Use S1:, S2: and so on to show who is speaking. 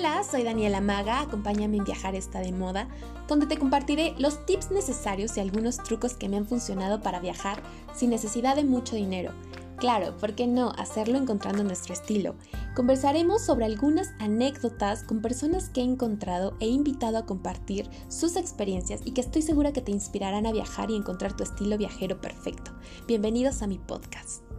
S1: Hola, soy Daniela Maga, acompáñame en Viajar está de moda, donde te compartiré los tips necesarios y algunos trucos que me han funcionado para viajar sin necesidad de mucho dinero. Claro, ¿por qué no hacerlo encontrando nuestro estilo? Conversaremos sobre algunas anécdotas con personas que he encontrado e invitado a compartir sus experiencias y que estoy segura que te inspirarán a viajar y encontrar tu estilo viajero perfecto. Bienvenidos a mi podcast.